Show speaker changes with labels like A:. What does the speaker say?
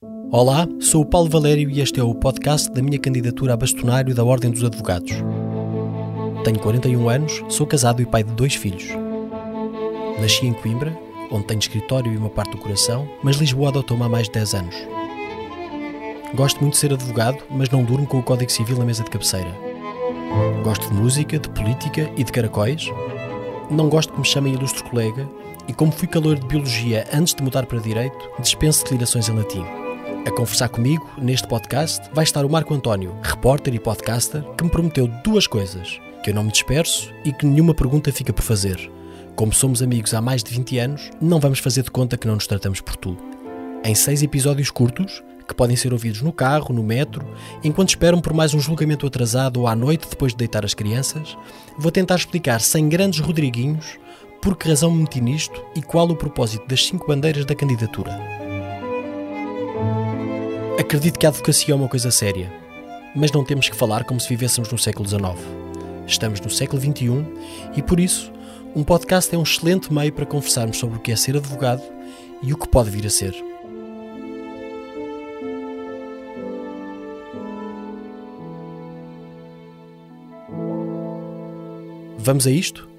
A: Olá, sou o Paulo Valério e este é o podcast da minha candidatura a bastonário da Ordem dos Advogados. Tenho 41 anos, sou casado e pai de 2 filhos. Nasci em Coimbra, onde tenho escritório e uma parte do coração, mas Lisboa adotou-me há mais de 10 anos. Gosto muito de ser advogado, mas não durmo com o Código Civil na mesa de cabeceira. Gosto de música, de política e de caracóis. Não gosto que me chamem ilustre colega e, como fui caloiro de Biologia antes de mudar para Direito, dispenso declinações em latim. A conversar comigo, neste podcast, vai estar o Marco António, repórter e podcaster, que me prometeu 2 coisas: que eu não me disperso e que nenhuma pergunta fica por fazer. Como somos amigos há mais de 20 anos, não vamos fazer de conta que não nos tratamos por tu. Em 6 episódios curtos, que podem ser ouvidos no carro, no metro, enquanto esperam por mais um julgamento atrasado ou à noite depois de deitar as crianças, vou tentar explicar sem grandes rodriguinhos por que razão me meti nisto e qual o propósito das 5 bandeiras da candidatura. Acredito que a advocacia é uma coisa séria, mas não temos que falar como se vivêssemos no século XIX. Estamos no século XXI e, por isso, um podcast é um excelente meio para conversarmos sobre o que é ser advogado e o que pode vir a ser. Vamos a isto?